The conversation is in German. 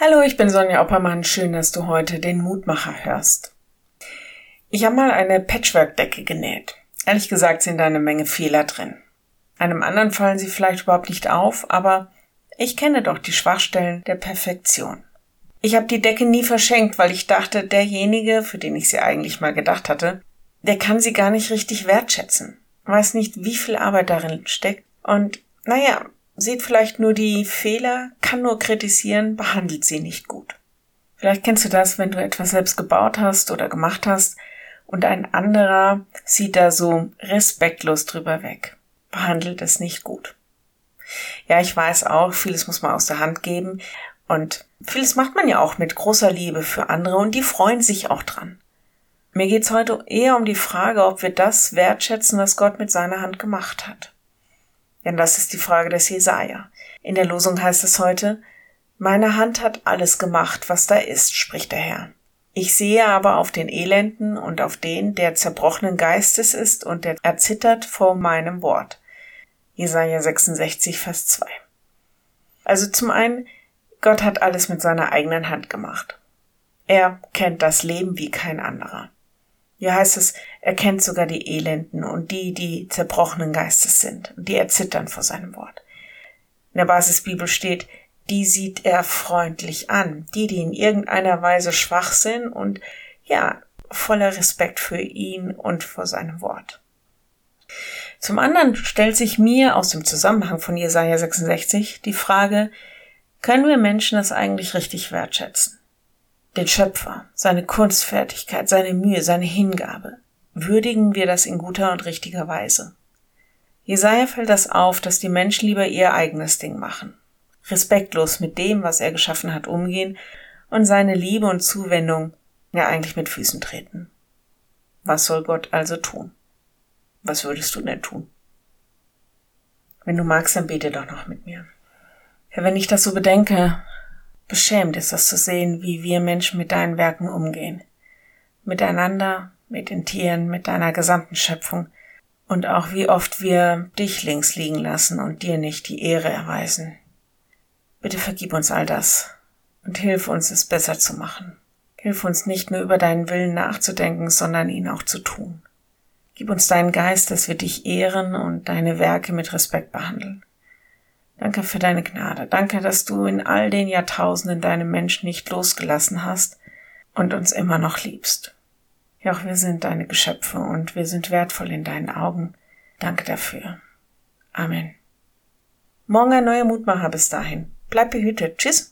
Hallo, ich bin Sonja Oppermann. Schön, dass du heute den Mutmacher hörst. Ich habe mal eine Patchwork-Decke genäht. Ehrlich gesagt sind da eine Menge Fehler drin. Einem anderen fallen sie vielleicht überhaupt nicht auf, aber ich kenne doch die Schwachstellen der Perfektion. Ich habe die Decke nie verschenkt, weil ich dachte, derjenige, für den ich sie eigentlich mal gedacht hatte, der kann sie gar nicht richtig wertschätzen. Weiß nicht, wie viel Arbeit darin steckt und sieht vielleicht nur die Fehler, kann nur kritisieren, behandelt sie nicht gut. Vielleicht kennst du das, wenn du etwas selbst gebaut hast oder gemacht hast und ein anderer sieht da so respektlos drüber weg, behandelt es nicht gut. Ja, ich weiß auch, vieles muss man aus der Hand geben und vieles macht man ja auch mit großer Liebe für andere und die freuen sich auch dran. Mir geht's heute eher um die Frage, ob wir das wertschätzen, was Gott mit seiner Hand gemacht hat. Denn das ist die Frage des Jesaja. In der Losung heißt es heute: Meine Hand hat alles gemacht, was da ist, spricht der Herr. Ich sehe aber auf den Elenden und auf den, der zerbrochenen Geistes ist und der erzittert vor meinem Wort. Jesaja 66, Vers 2. Also zum einen, Gott hat alles mit seiner eigenen Hand gemacht. Er kennt das Leben wie kein anderer. Hier heißt es, er kennt sogar die Elenden und die zerbrochenen Geistes sind und die erzittern vor seinem Wort. In der Basisbibel steht, die sieht er freundlich an, die in irgendeiner Weise schwach sind und voller Respekt für ihn und vor seinem Wort. Zum anderen stellt sich mir aus dem Zusammenhang von Jesaja 66 die Frage, können wir Menschen das eigentlich richtig wertschätzen? Den Schöpfer, seine Kunstfertigkeit, seine Mühe, seine Hingabe. Würdigen wir das in guter und richtiger Weise? Jesaja fällt das auf, dass die Menschen lieber ihr eigenes Ding machen. Respektlos mit dem, was er geschaffen hat, umgehen und seine Liebe und Zuwendung eigentlich mit Füßen treten. Was soll Gott also tun? Was würdest du denn tun? Wenn du magst, dann bete doch noch mit mir. Ja, wenn ich das so bedenke, beschämt ist das zu sehen, wie wir Menschen mit deinen Werken umgehen. Miteinander, mit den Tieren, mit deiner gesamten Schöpfung. Und auch wie oft wir dich links liegen lassen und dir nicht die Ehre erweisen. Bitte vergib uns all das und hilf uns, es besser zu machen. Hilf uns nicht nur über deinen Willen nachzudenken, sondern ihn auch zu tun. Gib uns deinen Geist, dass wir dich ehren und deine Werke mit Respekt behandeln. Danke für deine Gnade. Danke, dass du in all den Jahrtausenden deine Menschen nicht losgelassen hast und uns immer noch liebst. Ja, auch wir sind deine Geschöpfe und wir sind wertvoll in deinen Augen. Danke dafür. Amen. Morgen ein neuer Mutmacher. Bis dahin. Bleib behütet. Tschüss.